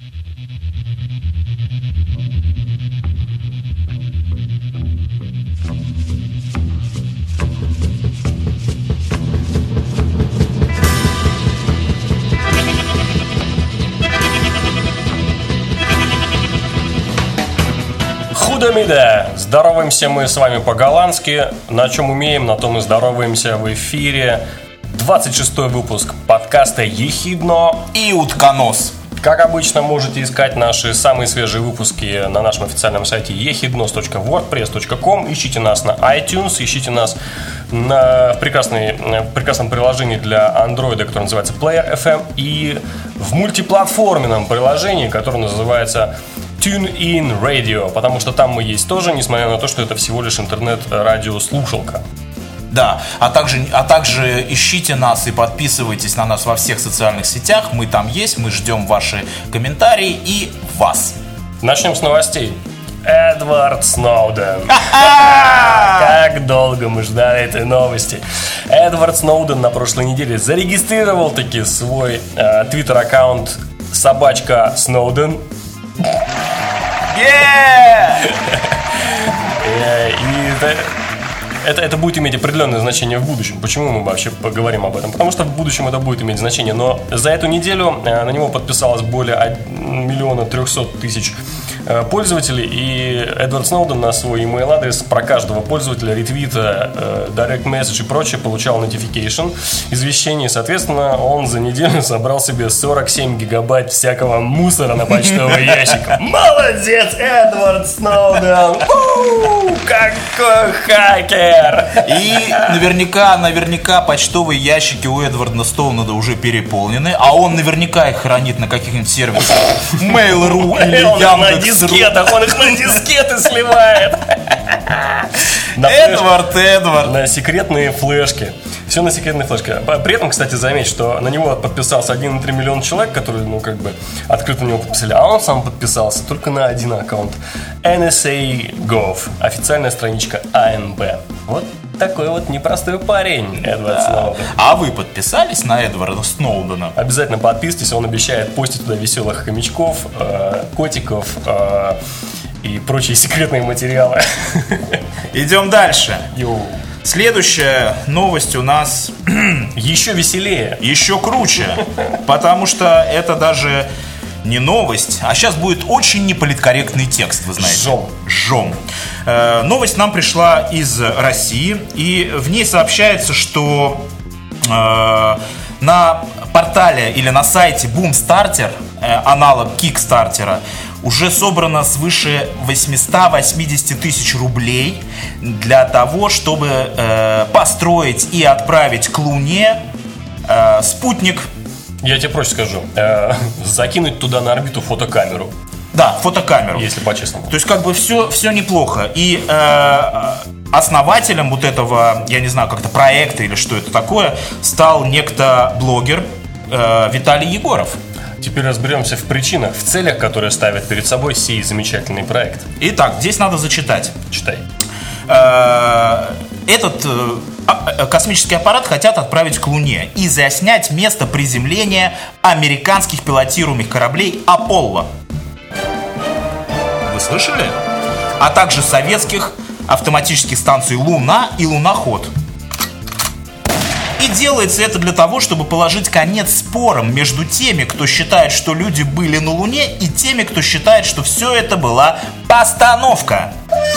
Худо-мидо! Здороваемся мы с вами по-голландски. На чем умеем, на том и здороваемся в эфире. 26-й выпуск подкаста «Ехидно» и «Утконос». Как обычно, можете искать наши самые свежие выпуски на нашем официальном сайте ехидnos.wordpress.com. Ищите нас на iTunes, ищите нас в прекрасном приложении для Android, которое называется Player FM, и в мультиплатформенном приложении, которое называется TuneIn Radio, потому что там мы есть тоже, несмотря на то, что это всего лишь интернет-радиослушалка. Да, а также ищите нас и подписывайтесь на нас во всех социальных сетях. Мы там есть, мы ждем ваши комментарии и вас. Начнем с новостей. Эдвард Сноуден. Как долго мы ждали этой новости. Эдвард Сноуден на прошлой неделе зарегистрировал таки свой твиттер-аккаунт *Сноуден. И это будет иметь определенное значение в будущем. Почему мы вообще поговорим об этом? Потому что в будущем это будет иметь значение. Но за эту неделю на него подписалось более 1 300 000 пользователей. И Эдвард Сноуден на свой email адрес про каждого пользователя, ретвита, direct message и прочее получал notification, извещение. Соответственно, он за неделю собрал себе 47 гигабайт всякого мусора на почтовый ящик. Молодец, Эдвард Сноуден! Какой хакер! И наверняка почтовые ящики у Эдварда Сноудена уже переполнены, а он наверняка их хранит на каких-нибудь сервисах Mail.ru или Яндекс.ру. Он их на дискеты сливает. Эдвард. На секретные флешки. Все на секретной флешке. При этом, кстати, заметь, что на него подписался 1,3 миллиона человек, которые, открыто на него подписали, а он сам подписался только на один аккаунт. NSA.gov. Официальная страничка АНБ. Вот такой вот непростой парень, Эдвард Сноуден. А вы подписались на Эдварда Сноудена? Обязательно подписывайтесь, он обещает постить туда веселых хомячков, котиков и прочие секретные материалы. Идем дальше. Йоу. Следующая новость у нас еще веселее, еще круче, потому что это даже не новость, а сейчас будет очень неполиткорректный текст, вы знаете. Жом. Новость нам пришла из России, и в ней сообщается, что на портале или на сайте Boomstarter, аналог Кикстартера, уже собрано свыше 880 000 рублей для того, чтобы построить и отправить к Луне спутник. Я тебе проще скажу. Закинуть туда на орбиту фотокамеру. Да, фотокамеру. Если по-честному. То есть все неплохо. И основателем вот этого, я не знаю, как-то проекта или что это такое, стал некто блогер Виталий Егоров. Теперь разберемся в причинах, в целях, которые ставят перед собой сей замечательный проект. Итак, здесь надо зачитать. Читай. Этот космический аппарат хотят отправить к Луне и заснять место приземления американских пилотируемых кораблей «Аполло». Вы слышали? А также советских автоматических станций «Луна» и «Луноход». И делается это для того, чтобы положить конец спорам между теми, кто считает, что люди были на Луне, и теми, кто считает, что все это была постановка.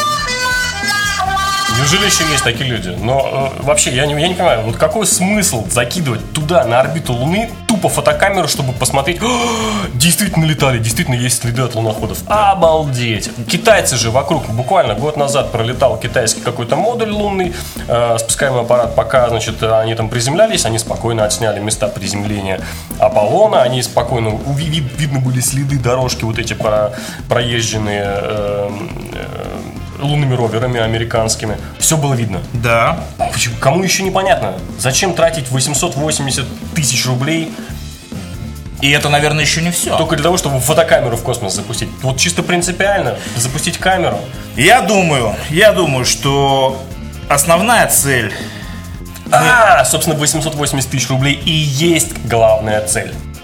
Неужели еще есть такие люди? Но вообще, я не понимаю, вот какой смысл закидывать туда, на орбиту Луны, тупо фотокамеру, чтобы посмотреть, действительно летали, действительно есть следы от луноходов. Обалдеть! Китайцы же вокруг, буквально год назад пролетал китайский какой-то модуль лунный, спускаемый аппарат, пока, они там приземлялись, они спокойно отсняли места приземления Аполлона, они спокойно, видны были следы дорожки вот эти проезженные лунными роверами американскими. Все было видно. Да. Кому еще непонятно? Зачем тратить 880 000 рублей? И это, наверное, еще не все. Только для того, чтобы фотокамеру в космос запустить. Вот чисто принципиально запустить камеру. Я думаю, что основная цель... Собственно, 880 000 рублей и есть главная цель.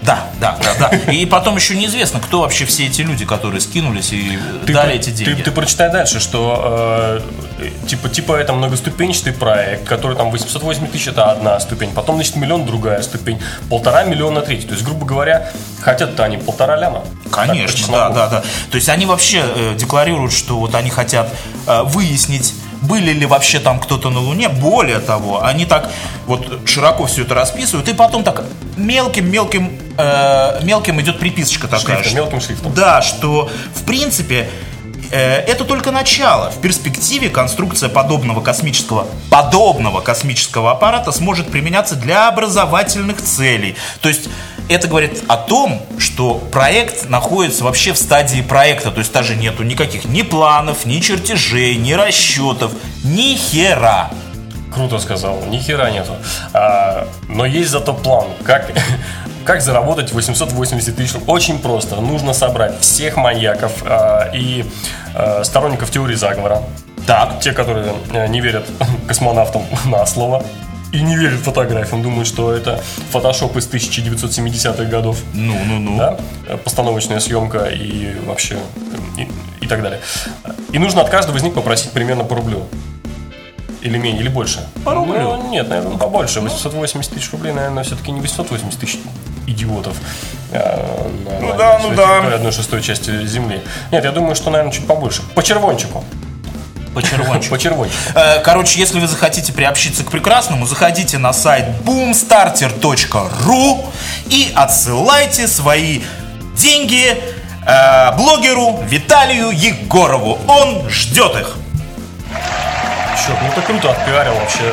Да. И потом еще неизвестно, кто вообще все эти люди, которые скинулись и дали эти деньги. Ты прочитай дальше, что типа это многоступенчатый проект, который там 880 тысяч — это одна ступень, потом, значит, миллион — другая ступень, 1,5 миллиона — третья. То есть, грубо говоря, хотят-то они 1,5 ляма. Конечно, да. То есть они вообще декларируют, что вот они хотят выяснить, были ли вообще там кто-то на Луне. Более того, они так вот широко все это расписывают, и потом так мелким идет приписочка такая. Мелким шрифтом. Да, что в принципе это только начало. В перспективе конструкция подобного космического аппарата сможет применяться для образовательных целей. То есть это говорит о том, что проект находится вообще в стадии проекта. То есть даже нету никаких ни планов, ни чертежей, ни расчетов, ни хера. Круто сказал, ни хера нету. Но есть зато план. Как заработать 880 тысяч? Очень просто. Нужно собрать всех маньяков и сторонников теории заговора. Так. Те, которые не верят космонавтам на слово и не верят фотографиям, думают, что это фотошоп из 1970-х годов. Ну. Да? Постановочная съемка и вообще и так далее. И нужно от каждого из них попросить примерно по рублю. Или менее, или больше. По рублю? Ну, нет, наверное, побольше. 880 тысяч рублей, наверное, все-таки не 880 тысяч идиотов. Ну да. 1/6 части Земли. Нет, я думаю, что, наверное, чуть побольше. По червончику. Короче, если вы захотите приобщиться к прекрасному, заходите на сайт boomstarter.ru и отсылайте свои деньги блогеру Виталию Егорову. Он ждет их. Черт, ну ты круто отпиарил вообще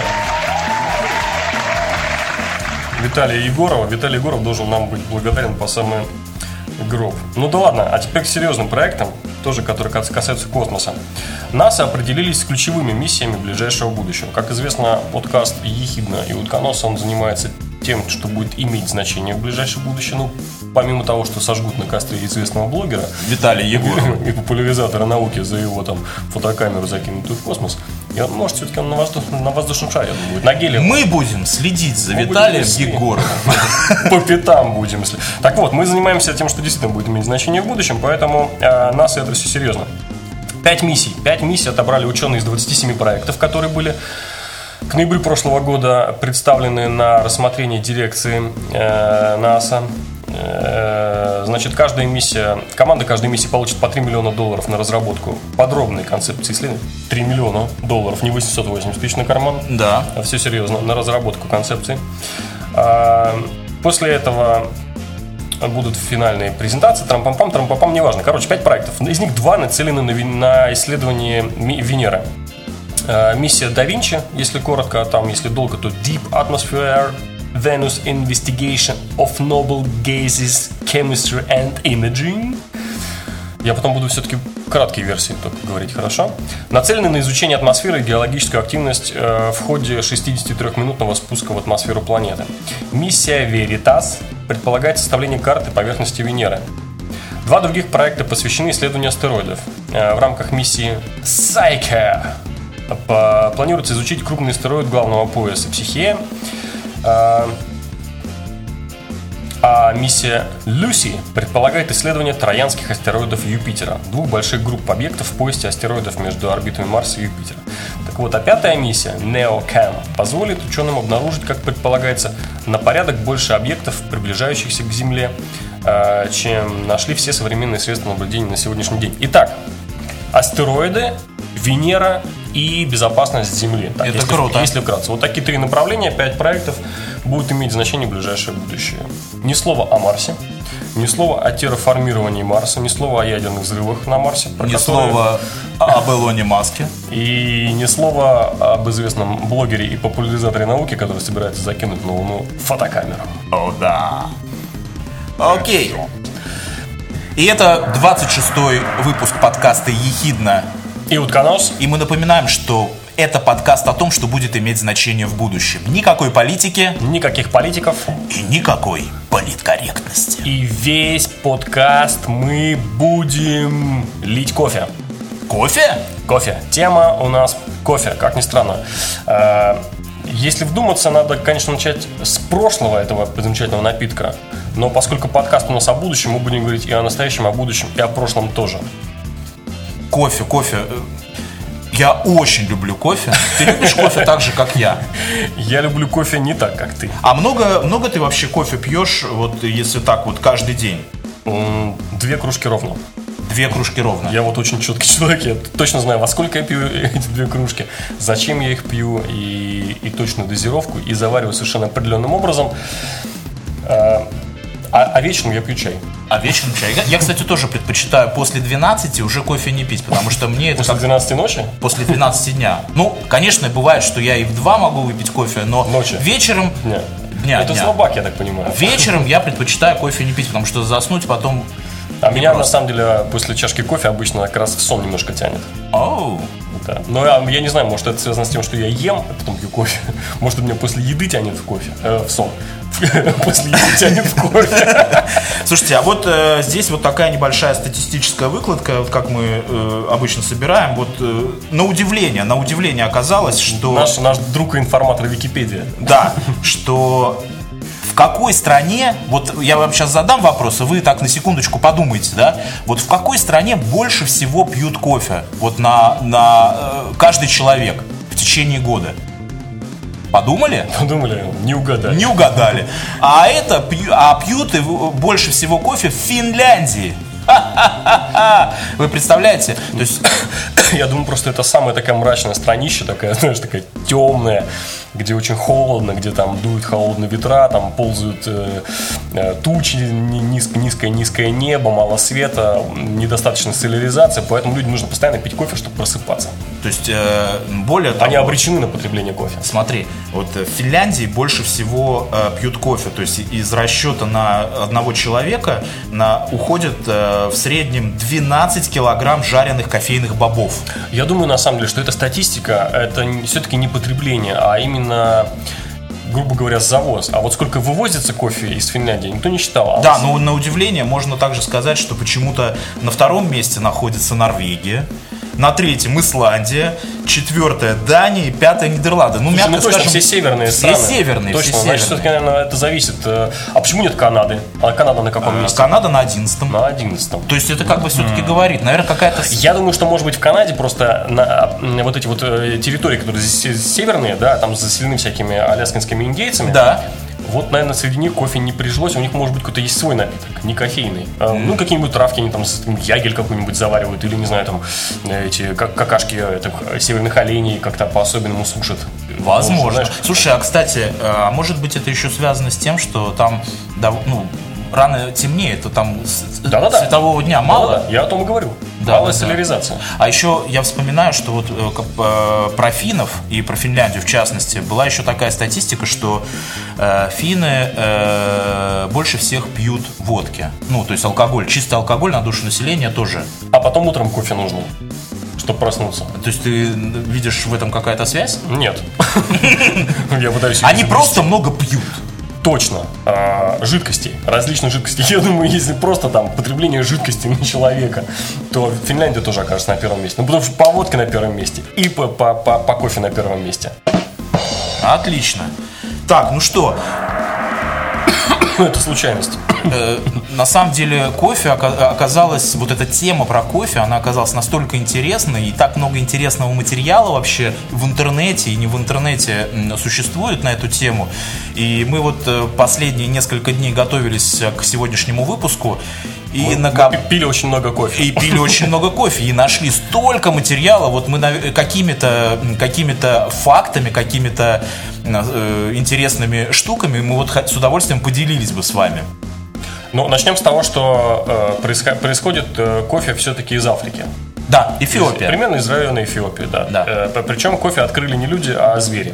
Виталия Егорова. Виталий Егоров должен нам быть благодарен по самый гроб. Ну да ладно, а теперь к серьезным проектам, тоже которые касаются космоса. НАСА определились с ключевыми миссиями ближайшего будущего. Как известно, подкаст «Ехидна» и «Утконос», он занимается тем, что будет иметь значение в ближайшее будущее. Ну, помимо того, что сожгут на костре известного блогера Виталия Егорова и популяризатора науки за его там фотокамеру, закинутую в космос, и он, может, все-таки он на воздушном шаре, я думаю, на геле. Мы будем следить за Виталием Егоровым. По пятам будем. Так вот, мы занимаемся тем, что действительно будет иметь значение в будущем, поэтому НАСА это все серьезно. 5 миссий. 5 миссий отобрали ученые из 27 проектов, которые были к ноябрю прошлого года представлены на рассмотрение дирекции НАСА. Значит, команда каждой миссии получит по $3 миллиона на разработку подробной концепции исследований. $3 миллиона, не 880 тысяч на карман. Да. А все серьезно, на разработку концепции. После этого будут финальные презентации, трам-пам-пам, неважно. Короче, 5 проектов. Из них 2 нацелены на исследование Венеры. Миссия Да Винчи, если коротко, там, если долго, то Deep Atmosphere Venus Investigation of Noble Gases, Chemistry and Imaging. Я потом буду все-таки краткие версии только говорить, хорошо? Нацелены на изучение атмосферы и геологическую активность в ходе 63-минутного спуска в атмосферу планеты. Миссия Veritas предполагает составление карты поверхности Венеры. 2 других проекта посвящены исследованию астероидов. В рамках миссии Psyche планируется изучить крупный астероид главного пояса Психея. А миссия Люси предполагает исследование троянских астероидов Юпитера, 2 больших групп объектов в поиске астероидов между орбитами Марса и Юпитера. Так вот, а 5-я миссия NEOCAM позволит ученым обнаружить, как предполагается, на порядок больше объектов, приближающихся к Земле, чем нашли все современные средства наблюдения на сегодняшний день. Итак, астероиды, Венера и безопасность Земли. Так, это круто. Если вкратце. Вот такие 3 направления, 5 проектов будут иметь значение в ближайшее будущее. Ни слова о Марсе, ни слова о терраформировании Марса, ни слова о ядерных взрывах на Марсе. Ни слова об Илоне Маске. И ни слова об известном блогере и популяризаторе науки, который собирается закинуть на Луну фотокамеру. О, да. Окей. И это 26-й выпуск подкаста «Ехидна» и «Утконос». И мы напоминаем, что это подкаст о том, что будет иметь значение в будущем. Никакой политики, никаких политиков и никакой политкорректности. И весь подкаст мы будем лить кофе. Кофе? Кофе. Тема у нас кофе, как ни странно. Если вдуматься, надо, конечно, начать с прошлого этого замечательного напитка. Но поскольку подкаст у нас о будущем, мы будем говорить и о настоящем, о будущем, и о прошлом тоже. Кофе. Я очень люблю кофе. Ты любишь кофе так же, как я? Я люблю кофе не так, как ты. А много ты вообще кофе пьешь, вот если так вот каждый день? 2 кружки ровно. 2 кружки ровно. Я вот очень четкий человек, я точно знаю, во сколько я пью эти 2 кружки, зачем я их пью, и точную дозировку, и завариваю совершенно определенным образом. А вечером я пью чай. А вечером чай. Я, кстати, тоже предпочитаю после 12 уже кофе не пить, потому что мне это... После 12 ночи? После 12 дня. Ну, конечно, бывает, что я и в 2 могу выпить кофе, но ночи. Вечером... Дня. Это слабак, я так понимаю. Вечером я предпочитаю кофе не пить, потому что заснуть потом... А меня, на самом деле, после чашки кофе обычно как раз в сон немножко тянет. Оу. Да. Но я не знаю, может это связано с тем, что я ем, а потом пью кофе. Может у меня после еды тянет в кофе, в сон. После еды тянет в кофе. Слушайте, а вот здесь вот такая небольшая статистическая выкладка, вот как мы обычно собираем. Вот на удивление оказалось, что... Наш друг и информатор Википедия. Да, что... В какой стране, вот я вам сейчас задам вопрос, и вы так на секундочку подумайте, да, вот в какой стране больше всего пьют кофе, вот на каждый человек в течение года? Подумали? Подумали, не угадали. Не угадали. Пьют больше всего кофе в Финляндии. Вы представляете? То есть... Я думаю, просто это самая такая мрачная странища, такая, знаешь, такая темная, где очень холодно, где там дуют холодные ветра, там ползают тучи, низкое небо, мало света, недостаточно соляризации, поэтому людям нужно постоянно пить кофе, чтобы просыпаться. То есть, более того... Они обречены на потребление кофе. Смотри, вот в Финляндии больше всего пьют кофе, то есть из расчета на одного человека уходит в среднем 12 килограмм жареных кофейных бобов. Я думаю, на самом деле, что эта статистика, это все-таки не потребление, а именно, грубо говоря, завоз. А вот сколько вывозится кофе из Финляндии, никто не считал. Да, но на удивление можно также сказать, что почему-то на 2-м месте находится Норвегия, на 3-м Исландия, 4-я Дания и 5-я Нидерланды. Ну, мягко скажем, точно, все северные страны. Все северные. Точно, значит, все-таки, наверное, это зависит. А почему нет Канады? А Канада на каком месте? Канада на 11-м. На 11-м. То есть это как бы все-таки говорит, наверное, какая-то... Я думаю, что, может быть, в Канаде просто вот эти вот территории, которые здесь северные, да, там заселены всякими аляскинскими индейцами. Да. Вот, наверное, среди них кофе не прижилось. У них, может быть, какой-то есть свой напиток, не кофейный. Ну, какие-нибудь травки, они там ягель какой-нибудь заваривают. Или, не знаю, там эти какашки северных оленей как-то по-особенному сушат. Возможно. Слушай, а, кстати, может быть, это еще связано с тем, что там, рано темнеет, то там светового дня мало. Да, я о том и говорю. Малая соляризация. А еще я вспоминаю, что вот про финнов и про Финляндию в частности была еще такая статистика, что финны больше всех пьют водки. Ну, то есть алкоголь, чистый алкоголь на душу населения тоже. А потом утром кофе нужно, чтобы проснуться. То есть ты видишь в этом какая-то связь? Нет. Я пытаюсь. Они просто много пьют. Точно. Жидкостей, различных жидкостей. Я думаю, если просто там потребление жидкости на человека, то Финляндия тоже окажется на 1-м месте. Ну, потому что по водке на 1-м месте и по кофе на 1-м месте. Отлично. Так, ну что? Это случайность. На самом деле кофе оказалась, вот эта тема про кофе, она оказалась настолько интересной, и так много интересного материала вообще в интернете и не в интернете существует на эту тему. И мы вот последние несколько дней готовились к сегодняшнему выпуску. И пили очень много кофе. И пили очень много кофе. И нашли столько материала. Вот мы какими-то фактами, какими-то интересными штуками мы вот с удовольствием поделились бы с вами. Ну, начнем с того, что происходит кофе все-таки из Африки. Да, Эфиопия. Примерно из района Эфиопии, да. Причем кофе открыли не люди, а звери.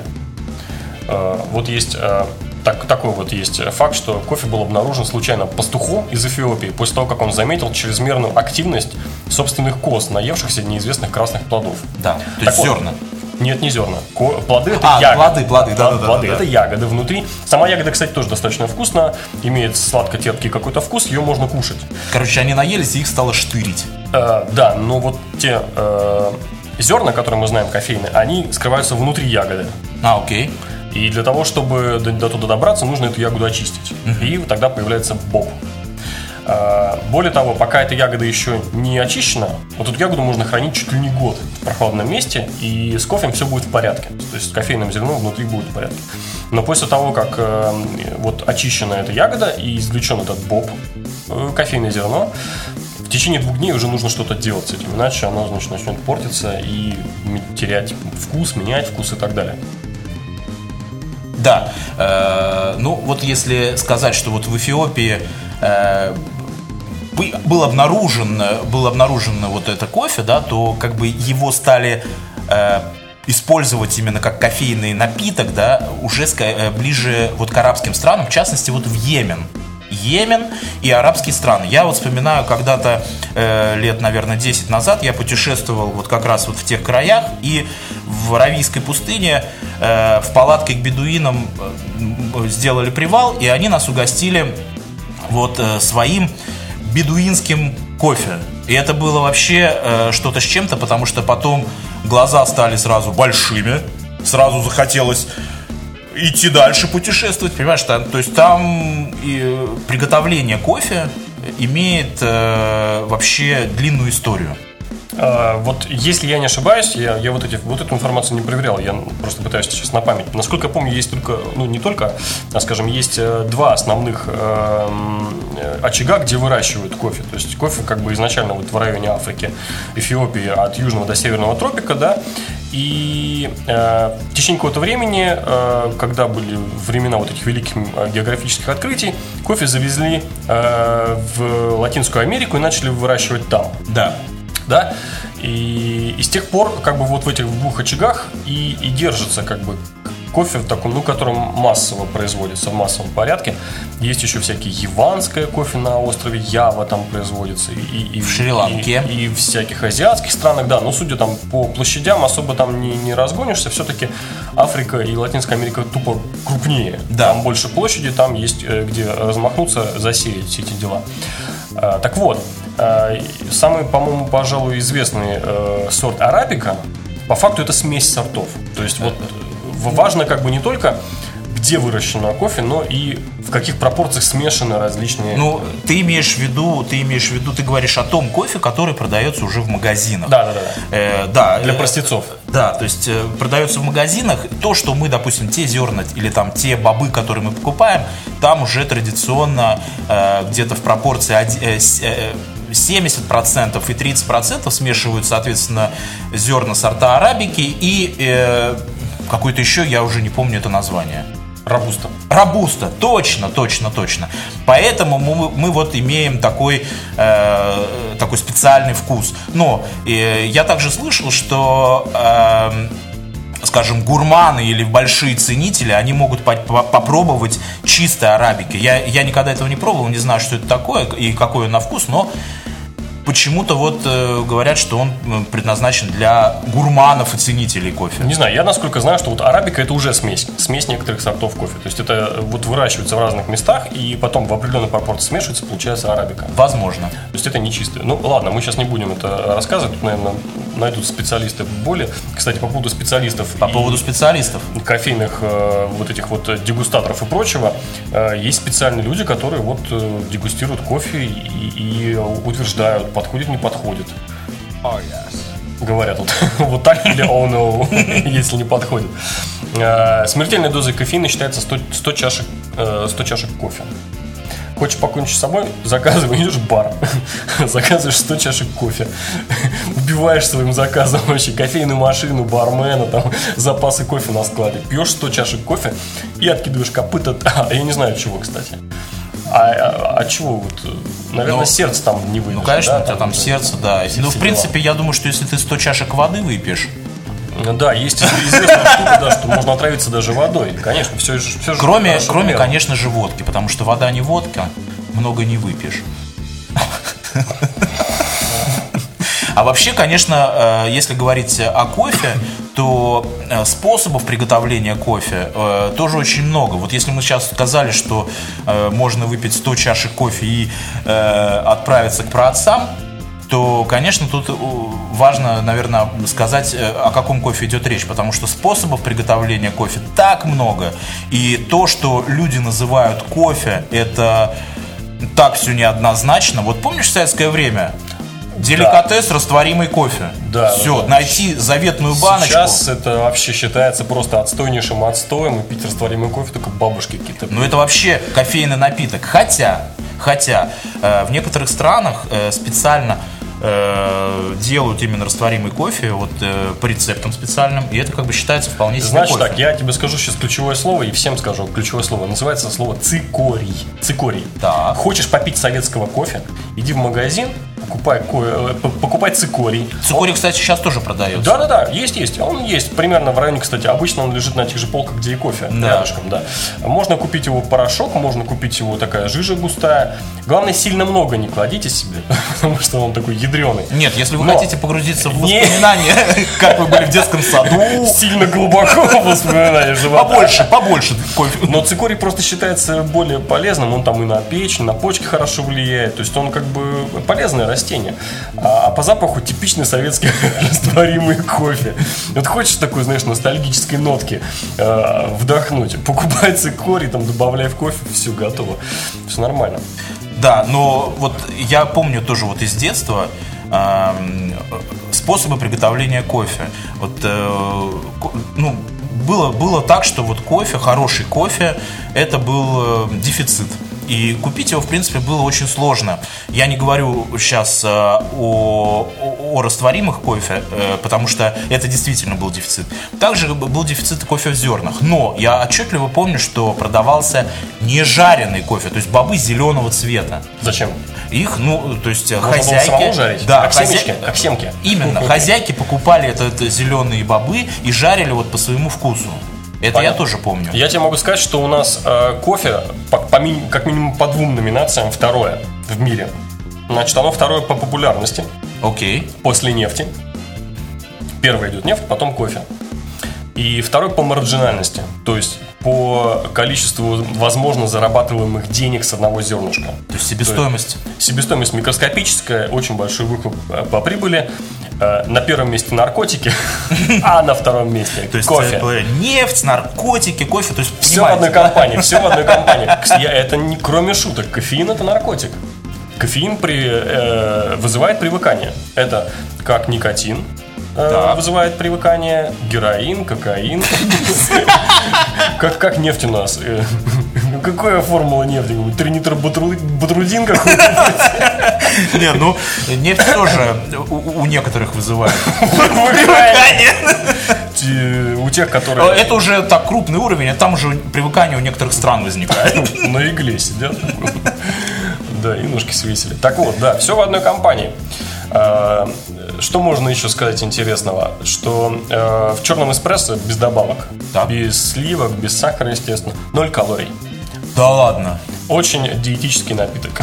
Вот есть... Такой вот есть факт, что кофе был обнаружен случайно пастухом из Эфиопии после того, как он заметил чрезмерную активность собственных коз, наевшихся неизвестных красных плодов. Да, то есть зерна. Нет, не зерна. Плоды это ягоды. Плоды, да. Плоды это ягоды внутри. Сама ягода, кстати, тоже достаточно вкусная. Имеет сладко-терпкий какой-то вкус, ее можно кушать. Короче, они наелись, и их стало штырить. Да, но вот те зерна, которые мы знаем кофейные, они скрываются внутри ягоды. Окей. И для того, чтобы до туда добраться, нужно эту ягоду очистить. И тогда появляется боб. Более того, пока эта ягода еще не очищена, вот эту ягоду можно хранить чуть ли не год в прохладном месте, и с кофе все будет в порядке. То есть с кофейным зерном внутри будет в порядке. Но после того, как вот очищена эта ягода и извлечен этот боб, кофейное зерно, в течение 2 дней уже нужно что-то делать с этим, иначе оно, значит, начнет портиться и терять вкус, менять вкус и так далее. Да, ну вот если сказать, что вот в Эфиопии был обнаружен вот это кофе, да, то как бы его стали использовать именно как кофейный напиток, да, уже ближе вот к арабским странам, в частности вот в Йемен и арабские страны. Я вот вспоминаю, когда-то лет, наверное, 10 назад я путешествовал вот как раз вот в тех краях, и в Аравийской пустыне в палатке к бедуинам сделали привал, и они нас угостили вот своим бедуинским кофе. И это было вообще что-то с чем-то, потому что потом глаза стали сразу большими, сразу захотелось идти дальше путешествовать, понимаешь, то есть там и приготовление кофе имеет вообще длинную историю. Вот если я не ошибаюсь, я вот эту информацию не проверял, я просто пытаюсь сейчас на память. Насколько я помню, есть только, ну не только, а скажем, есть 2 основных очага, где выращивают кофе. То есть кофе как бы изначально вот в районе Африки, Эфиопии, от южного до северного тропика, да. И в течение какого-то времени, когда были времена вот этих великих географических открытий, кофе завезли в Латинскую Америку и начали выращивать там. Да, и с тех пор как бы вот в этих 2 очагах и держится как бы кофе в таком, ну, которым массово производится в массовом порядке. Есть еще всякие яванское кофе на острове Ява там производится и в Шри-Ланке и в всяких азиатских странах, да. Но судя там по площадям особо там не разгонишься. Все-таки Африка и Латинская Америка тупо крупнее. Да. Там больше площади, там есть где размахнуться, засеять все эти дела. Так вот, самый, по-моему, пожалуй, известный сорт арабика, по факту это смесь сортов. То есть вот важно как бы не только где выращено кофе, но и в каких пропорциях смешаны различные. Ну, ты имеешь в виду, ты говоришь о том кофе, который продается уже в магазинах. Да. Для простецов. Да, то есть продается в магазинах. То, что мы, допустим, те зерна или там те бобы, которые мы покупаем, там уже традиционно где-то в пропорции 70% и 30% смешивают, соответственно, зерна сорта арабики и какой-то еще, я уже не помню это название. Робуста, точно. Поэтому мы вот имеем такой специальный вкус. Но я также слышал, что, скажем, гурманы или большие ценители, они могут попробовать чистой арабики. Я никогда этого не пробовал, не знаю, что это такое и какой он на вкус, но почему-то вот говорят, что он предназначен для гурманов и ценителей кофе. Не знаю, я насколько знаю, что вот арабика это уже смесь некоторых сортов кофе. То есть это вот выращивается в разных местах и потом в определенной пропорции смешивается, получается арабика. Возможно. То есть это не чистое. Ну ладно, мы сейчас не будем это рассказывать, тут, наверное, найдут специалисты более. Кстати, по поводу специалистов. Кофейных вот этих вот дегустаторов и прочего, есть специальные люди, которые вот дегустируют кофе и утверждают, подходит, не подходит. Oh, yes. Говорят вот так или oh no, если не подходит. Смертельной дозой кофеина считается 100 чашек кофе. Хочешь покончить с собой? Заказывай, идешь в бар. Заказываешь 100 чашек кофе. Убиваешь своим заказом вообще кофейную машину, бармена, там, запасы кофе на складе. Пьешь 100 чашек кофе и откидываешь копыта. Я не знаю, от чего, кстати. От чего вот? Наверное, сердце там не выдержит. Ну, конечно, да? у тебя там сердце, да. Ну, в принципе, я думаю, что если ты 100 чашек воды выпьешь. Да, есть известная штука, да, что можно отравиться даже водой. Конечно, все же. Кроме, конечно же, водки, потому что вода не водка, много не выпьешь. А вообще, конечно, если говорить о кофе, то способов приготовления кофе тоже очень много. Вот если мы сейчас сказали, что можно выпить 100 чашек кофе и отправиться к праотцам, то, конечно, тут важно, наверное, сказать, о каком кофе идет речь, потому что способов приготовления кофе так много, и то, что люди называют кофе, это так все неоднозначно. Вот помнишь в советское время? Деликатес, растворимый кофе. Да. Все, да. Найти заветную баночку. Сейчас это вообще считается просто отстойнейшим отстоем, и пить растворимый кофе только бабушки какие-то. Ну это вообще кофейный напиток. Хотя в некоторых странах специально делают именно растворимый кофе вот по рецептам специальным, и это как бы считается вполне себе Значит кофе. так, я тебе скажу сейчас ключевое слово, и всем скажу ключевое слово. Называется слово цикорий. Цикорий. Так. Хочешь попить советского кофе, иди в магазин, покупай цикорий. Цикорий, кстати, сейчас тоже продается. Да, есть. Он есть примерно в районе, кстати, обычно он лежит на тех же полках, где и кофе, рядышком, да. Можно купить его порошок, можно купить его такая жижа густая. Главное, сильно много не кладите себе, потому что он такой ядреный. Нет, если вы хотите погрузиться в воспоминания, как вы были в детском саду. Сильно глубоко в воспоминания живота. Побольше кофе. Но цикорий просто считается более полезным. Он там и на печень, на почки хорошо влияет. То есть он как бы полезное растение. А по запаху типичный советский растворимый кофе. Вот хочешь такой, знаешь, ностальгической нотки вдохнуть, покупай цикорий, там добавляй в кофе, все готово. Все нормально. Да, но вот я помню тоже вот из детства способы приготовления кофе. Вот, было так, что вот кофе, хороший кофе, это был дефицит. И купить его, в принципе, было очень сложно. Я не говорю сейчас о растворимых кофе, потому что это действительно был дефицит. Также был дефицит кофе в зернах. Но я отчетливо помню, что продавался нежаренный кофе, то есть бобы зеленого цвета. Зачем? Их, то есть можно хозяйки... было самому жарить? Да, как семки. Именно. Хозяйки покупали это зеленые бобы и жарили вот по своему вкусу. Это я тоже помню. Я тебе могу сказать, что у нас кофе как минимум по 2 номинациям второе в мире. Значит, оно второе по популярности. Окей. После нефти. Первый идет нефть, потом кофе. И второй по маржинальности. То есть по количеству возможно зарабатываемых денег с одного зернышка. То есть себестоимость. Себестоимость микроскопическая, очень большой выхлоп по прибыли. На первом месте наркотики, а на втором месте кофе. То есть нефть, наркотики, кофе, то есть все в одной компании, Это не кроме шуток. Кофеин — это наркотик. Кофеин вызывает привыкание. Это как никотин вызывает привыкание, героин, кокаин. Как нефть у нас. Какая формула нефти? Тринитроботрудин какой-то? Не, нефть тоже у некоторых вызывает привыкание. У тех, которые... Это уже так крупный уровень, а там уже привыкание у некоторых стран возникает. На игле сидят. Да, и ножки свесили. Так вот, да, все в одной компании. Что можно еще сказать интересного? Что в черном эспрессо без добавок, без сливок, без сахара, естественно, 0 калорий. Да ладно. Очень диетический напиток.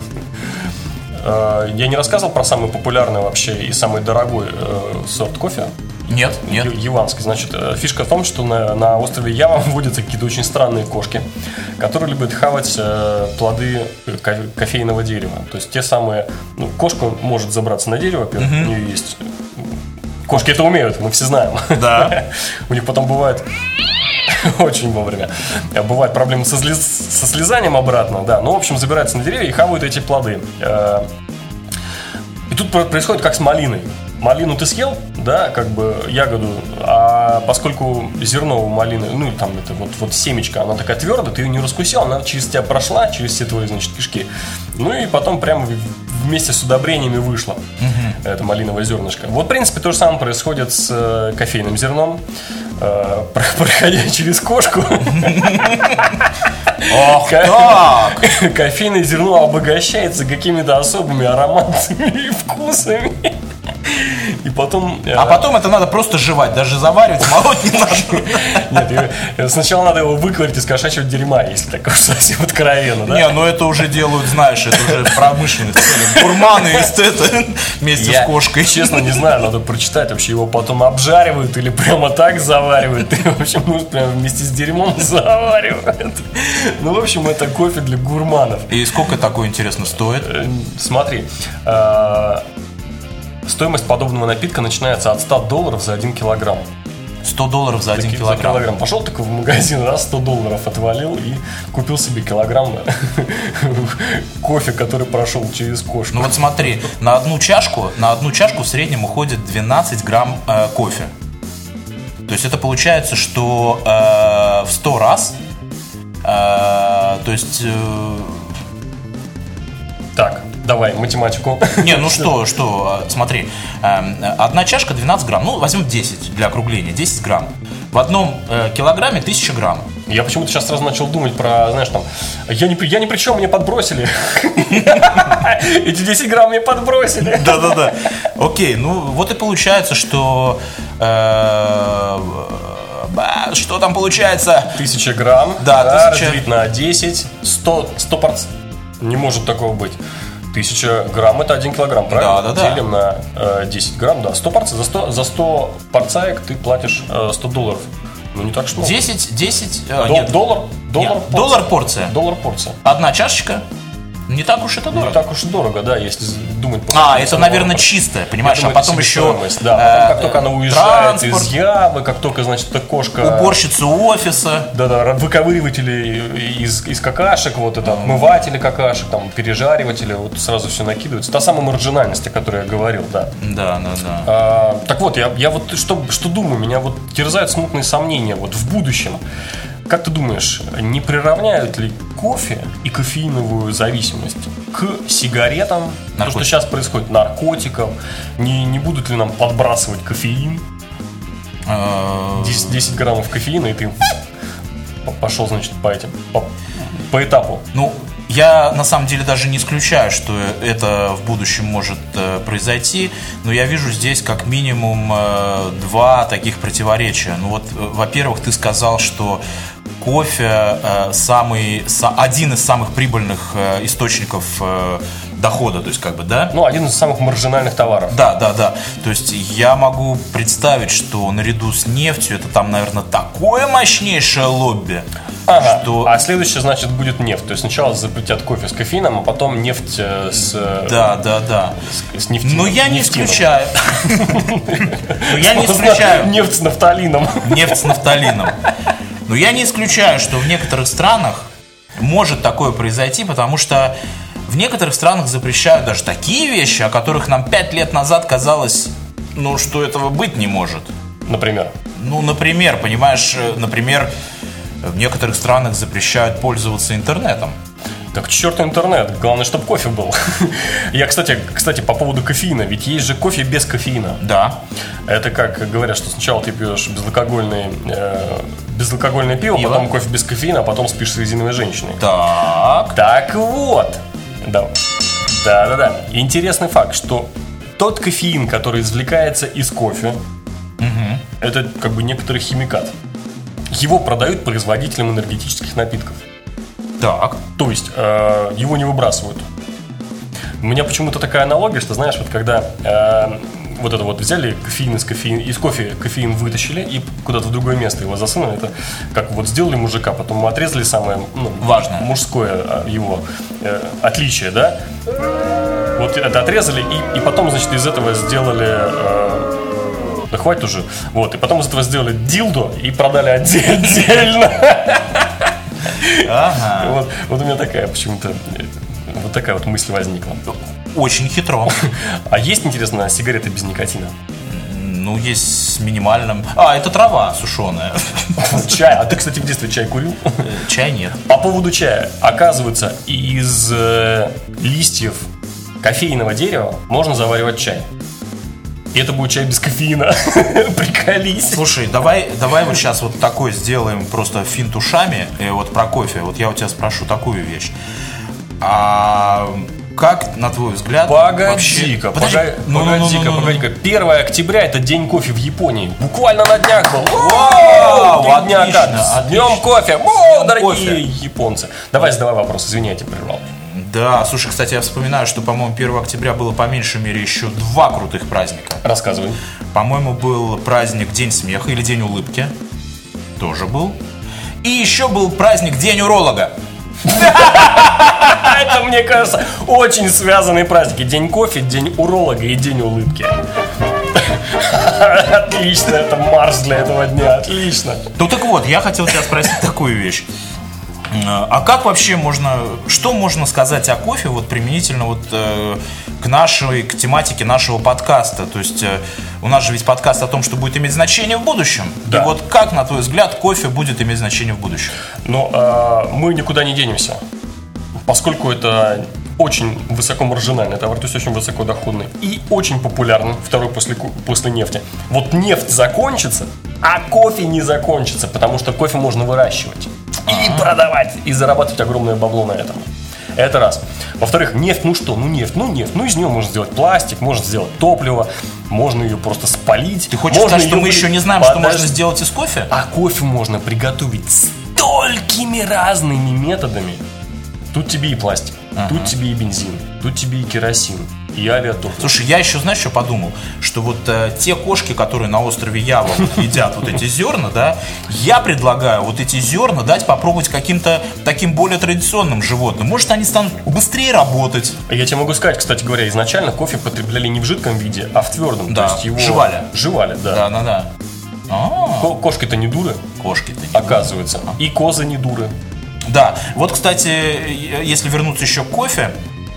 Я не рассказывал про самый популярный вообще и самый дорогой сорт кофе? Нет. Яванский. Значит, фишка в том, что на острове Ява водятся какие-то очень странные кошки, которые любят хавать плоды кофейного дерева. То есть те самые... кошка может забраться на дерево, у нее есть... Кошки это умеют, мы все знаем. Да. У них потом бывает... Очень вовремя. Бывают проблемы со слезанием обратно, да. В общем, забираются на деревья и хавают эти плоды. И тут происходит как с малиной. Малину ты съел, да, как бы ягоду, а поскольку зерно у малины, там это вот семечко, она такая твердая, ты ее не раскусил, она через тебя прошла, через все твои, значит, кишки. И потом прямо вместе с удобрениями вышла это малиновое зернышко. Вот, в принципе, то же самое происходит с кофейным зерном, проходя через кошку. Ох так! Кофейное зерно обогащается какими-то особыми ароматами и вкусами. И потом... А потом это надо просто жевать, даже заваривать, молоть не надо. Нет, сначала надо его выкварить из кошачьего дерьма, если так уж совсем откровенно, да? Не, это уже делают, знаешь, это уже промышленность. Гурманы, эстеты вместе с кошкой. Честно, не знаю, надо прочитать, вообще его потом обжаривают или прямо так заваривают. В общем, может, прямо вместе с дерьмом заваривают. В общем, это кофе для гурманов. И сколько такое, интересно, стоит? Смотри, Стоимость подобного напитка начинается от $100 за 1 килограмм. $100 за 1 килограмм. Пошел такой в магазин, раз $100 отвалил и купил себе килограмм кофе, который прошел через кошку. Ну вот смотри, на одну чашку в среднем уходит 12 грамм кофе. То есть это получается, что в 100 раз, то есть... Так, давай, математику. Не, ну что, смотри, одна чашка 12 грамм, ну возьмем 10 для округления, 10 грамм. В одном килограмме 1000 грамм. Я почему-то сейчас сразу начал думать про, знаешь, там, я ни при чем, мне подбросили. Эти 10 грамм мне подбросили. Да. Окей, ну вот и получается, что... Что там получается? 1000 грамм. Да, 1000. Разделить на 10, 100 порций. Не может такого быть. 1000 грамм это 1 килограмм, правильно? Да. Делим на 10 грамм, да. 100 порций. За 100 порцаек ты платишь $100. Ну, не так что много. 10... Доллар порция. Доллар порция. Одна чашечка. Не так уж это дорого. Не так уж и дорого, да, если думать... Это, наверное, чистое, понимаешь, думаю, а потом еще... Да, потом, как только она уезжает из Явы, как только, значит, эта кошка... Уборщица офиса. Да, выковыриватели из какашек, вот это, отмыватели какашек, там, пережариватели, вот сразу все накидывается. Та самая маржинальность, о которой я говорил, да. Да. Так вот, я вот что думаю, меня вот терзают смутные сомнения, вот в будущем. Как ты думаешь, не приравняют ли кофе и кофеиновую зависимость к сигаретам, то, что сейчас происходит, наркотикам? Не будут ли нам подбрасывать кофеин? 10 граммов кофеина, и ты пошел, значит, по этапу. Ну, я на самом деле даже не исключаю, что это в будущем может произойти, но я вижу здесь как минимум два таких противоречия. Ну вот, во-первых, ты сказал, что кофе один из самых прибыльных источников дохода, то есть как бы, да? Ну, один из самых маржинальных товаров. Да. То есть я могу представить, что наряду с нефтью это там, наверное, такое мощнейшее лобби. Ага. Что... А следующее, значит, будет нефть. То есть сначала запретят кофе с кофеином, а потом нефть с... Да. С нефтином. Но я не исключаю. Нефть с нафталином. Нефть с нафталином. Но я не исключаю, что в некоторых странах может такое произойти, потому что в некоторых странах запрещают даже такие вещи, о которых нам 5 лет назад казалось, ну, что этого быть не может. Например? Ну, например, понимаешь, в некоторых странах запрещают пользоваться интернетом. Так черт интернет, главное, чтобы кофе был. Я, кстати, по поводу кофеина, ведь есть же кофе без кофеина. Да. Это как говорят, что сначала ты пьешь безалкогольное пиво, потом кофе без кофеина, а потом спишь с резиновой женщиной. Так вот. Да. Интересный факт, что тот кофеин, который извлекается из кофе, это как бы некоторый химикат. Его продают производителям энергетических напитков. Так. То есть его не выбрасывают. У меня почему-то такая аналогия, что, знаешь, вот когда вот это вот взяли из кофе кофеин вытащили и куда-то в другое место его засунули, это как вот сделали мужика, потом мы отрезали самое важное мужское его отличие, да? Вот это отрезали и потом, значит, из этого сделали... Да хватит уже. Вот, и потом из этого сделали дилдо и продали отдельно. Ага. Вот у меня такая почему-то вот такая вот мысль возникла. Очень хитро. А есть, интересно, сигареты без никотина? Ну, есть с минимальным. Это трава сушеная. Чай. А ты, кстати, в детстве чай курил? Чай нет. По поводу чая. Оказывается, из листьев кофейного дерева можно заваривать чай. И это будет чай без кофеина. Приколись. Слушай, давай вот сейчас вот такой сделаем просто финт ушами. Вот про кофе. Вот я у тебя спрошу такую вещь. Как, на твой взгляд, Погоди-ка. 1 октября это день кофе в Японии. Буквально на днях был. С днем кофе. Дорогие японцы. Давай задавай вопрос. Извини, я тебя прервал. Да, слушай, кстати, я вспоминаю, что, по-моему, 1 октября было по меньшей мере еще 2 крутых праздника. Рассказывай. По-моему, был праздник День смеха или День улыбки. Тоже был. И еще был праздник День уролога. Это, мне кажется, очень связанные праздники. День кофе, день уролога и день улыбки. Отлично, это марш для этого дня, отлично. Ну так вот, я хотел тебя спросить такую вещь. А как вообще что можно сказать о кофе вот применительно вот к тематике нашего подкаста? То есть у нас же ведь подкаст о том, что будет иметь значение в будущем. Да. И вот как, на твой взгляд, кофе будет иметь значение в будущем? Но мы никуда не денемся, поскольку это очень высокомаржинальный товар, то есть очень высокодоходный и очень популярный, второй после нефти. Вот нефть закончится, а кофе не закончится, потому что кофе можно выращивать и продавать, и зарабатывать огромное бабло на этом. Это раз. Во-вторых, нефть, нефть. Из нее можно сделать пластик, можно сделать топливо, можно ее просто спалить. Ты хочешь сказать, что мы еще не знаем, что можно сделать из кофе? А кофе можно приготовить столькими разными методами. Тут тебе и пластик, тут тебе и бензин, тут тебе и керосин, и авиатопливо. Слушай, я еще, знаешь, что подумал? Что вот те кошки, которые на острове Ява едят вот эти зерна, да, я предлагаю вот эти зерна дать попробовать каким-то таким более традиционным животным. Может, они станут быстрее работать. Я тебе могу сказать, кстати говоря, изначально кофе потребляли не в жидком виде, а в твердом. Да, то есть его жевали, да. Да. Кошки-то не дуры, оказывается. И козы не дуры. Да, вот, кстати, если вернуться еще к кофе,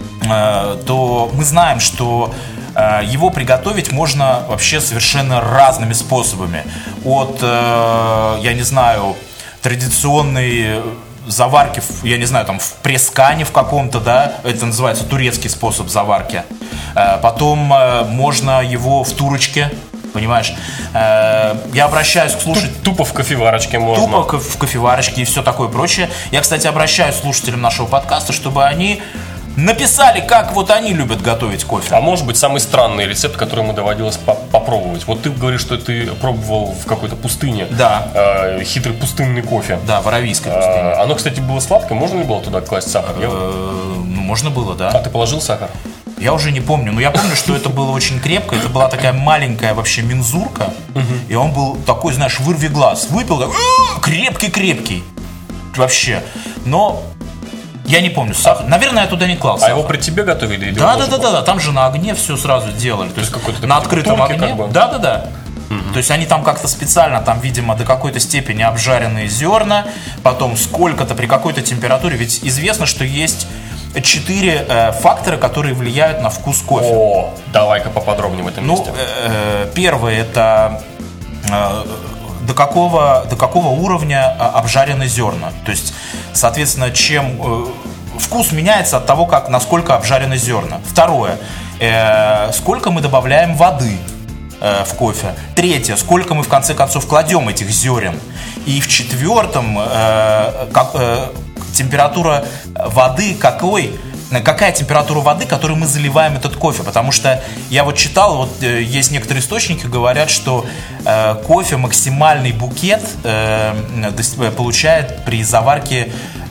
то мы знаем, что его приготовить можно вообще совершенно разными способами. От, я не знаю, традиционной заварки, я не знаю, там в пресс-кане в каком-то, да, это называется турецкий способ заварки. Потом можно его в турочке. Понимаешь, я обращаюсь к слушателям. Тупо в кофеварочке можно. Тупо в кофеварочке и все такое прочее. Я, кстати, обращаюсь к слушателям нашего подкаста, чтобы они написали, как вот они любят готовить кофе. А может быть, самый странный рецепт, который ему доводилось попробовать. Вот ты говоришь, что ты пробовал в какой-то пустыне. Да. Хитрый пустынный кофе. Да, в Аравийской пустыне. Оно, кстати, было сладкое. Можно ли было туда класть сахар? Можно было, да. А ты положил сахар? Я уже не помню, но я помню, что это было очень крепко. Это была такая маленькая вообще мензурка. И он был такой, знаешь, вырви глаз. Выпил, так, крепкий вообще. Но я не помню, сахар. Наверное, я туда не клал сахар. А его при тебе готовили? Да. Там же на огне все сразу делали. То есть на открытом огне. Как бы. Да. То есть они там как-то специально, там, видимо, до какой-то степени обжаренные зерна, потом сколько-то при какой-то температуре. Ведь известно, что есть 4 фактора, которые влияют на вкус кофе. О, давай-ка поподробнее в этом месте. Первое — это до какого уровня обжарены зерна. То есть, соответственно, чем вкус меняется от того, насколько обжарены зерна. Второе — сколько мы добавляем воды в кофе. Третье — сколько мы в конце концов кладем этих зерен. И в четвертом температура воды какая температура воды, которой мы заливаем этот кофе. Потому что я вот читал, вот есть некоторые источники, говорят, что кофе максимальный букет получает при заварке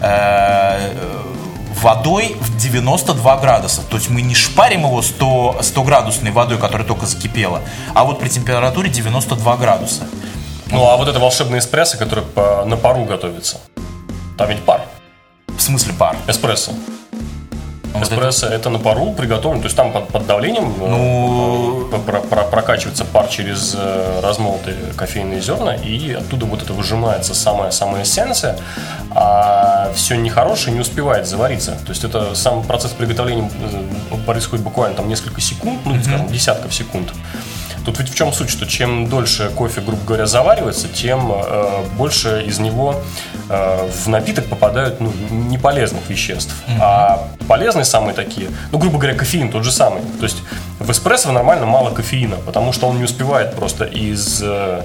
водой в 92 градуса. То есть мы не шпарим его 100-градусной водой, которая только закипела, а вот при температуре 92 градуса. Ну, а вот это волшебный эспрессо, который на пару готовится, там ведь пар. В смысле пар? Эспрессо. Эспрессо это на пару приготовлен, то есть там под давлением прокачивается пар через размолотые кофейные зерна, и оттуда вот это выжимается самая эссенция, а все нехорошее не успевает завариться. То есть это сам процесс приготовления происходит буквально там несколько секунд, скажем, десятков секунд. Тут ведь в чем суть, что чем дольше кофе, грубо говоря, заваривается, тем больше из него в напиток попадают неполезных веществ. А полезные самые такие, грубо говоря, кофеин тот же самый. То есть в эспрессо нормально мало кофеина, потому что он не успевает просто из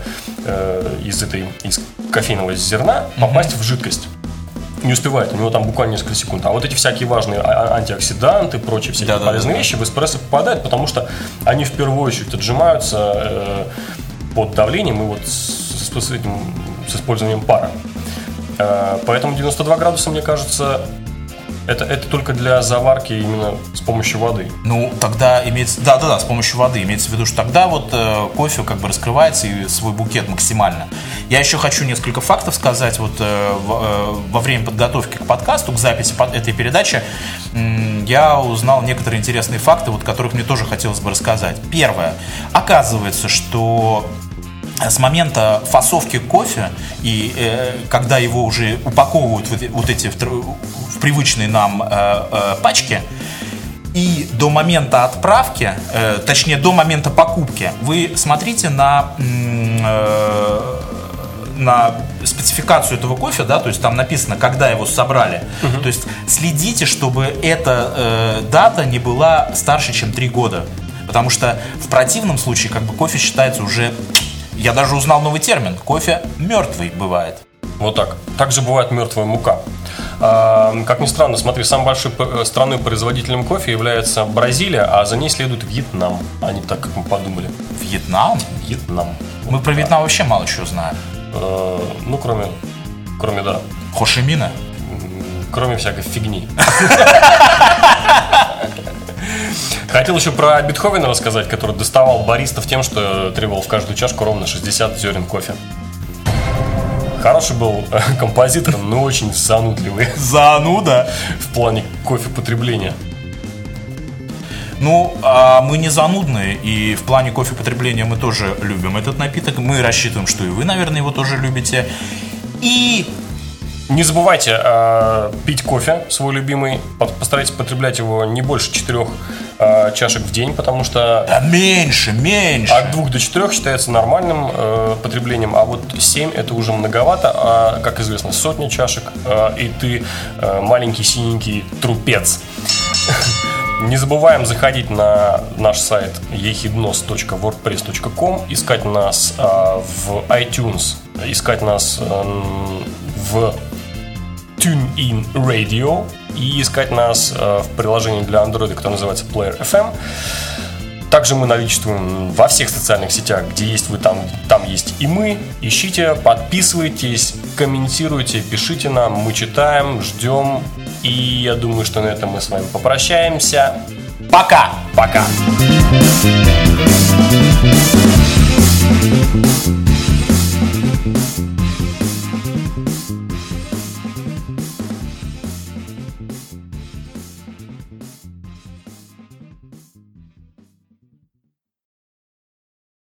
кофейного зерна попасть в жидкость. Не успевает, у него там буквально несколько секунд. А вот эти всякие важные антиоксиданты, прочие всякие полезные вещи в эспрессо попадают, потому что они в первую очередь отжимаются под давлением и вот с использованием пара. Поэтому 92 градуса, мне кажется, Это только для заварки именно с помощью воды. Ну, тогда имеется... Да, с помощью воды. Имеется в виду, что тогда вот кофе как бы раскрывается и свой букет максимально. Я еще хочу несколько фактов сказать. Вот во время подготовки к подкасту, к записи этой передачи, я узнал некоторые интересные факты, вот, которых мне тоже хотелось бы рассказать. Первое. Оказывается, что с момента фасовки кофе и когда его уже упаковывают вот эти в привычные нам пачки, и до момента отправки, точнее до момента покупки, вы смотрите на спецификацию этого кофе, да, то есть там написано, когда его собрали. То есть следите, чтобы эта дата не была старше, чем 3 года. Потому что в противном случае как бы кофе считается уже... Я даже узнал новый термин. Кофе мертвый бывает. Вот так. Также бывает мертвая мука. Как ни странно, смотри, самой большой страной-производителем кофе является Бразилия, а за ней следует Вьетнам. А не так, как мы подумали. Вьетнам? Вьетнам. Мы про Вьетнам вообще мало чего знаем. Ну, кроме да. Хошимина? Кроме всякой фигни. Хотел еще про Бетховена рассказать, который доставал баристов тем, что требовал в каждую чашку ровно 60 зерен кофе. Хороший был композитор, но очень занудливый. Зануда? В плане кофе потребления. Ну, а мы не занудные, и в плане кофе потребления мы тоже любим этот напиток. Мы рассчитываем, что и вы, наверное, его тоже любите. И... Не забывайте пить кофе свой любимый. Постарайтесь потреблять его не больше 4 чашек в день, потому что... Да меньше. От 2 до 4 считается нормальным потреблением, а вот 7 это уже многовато. А, как известно, 100 чашек, и ты маленький синенький трупец. Не забываем заходить на наш сайт ехиднос.wordpress.com, искать нас в iTunes, искать нас в TuneIn Radio и искать нас в приложении для Android, которое называется Player FM. Также мы наличествуем во всех социальных сетях, где есть вы, там есть и мы. Ищите, подписывайтесь, комментируйте, пишите нам, мы читаем, ждем. И я думаю, что на этом мы с вами попрощаемся. Пока! Пока!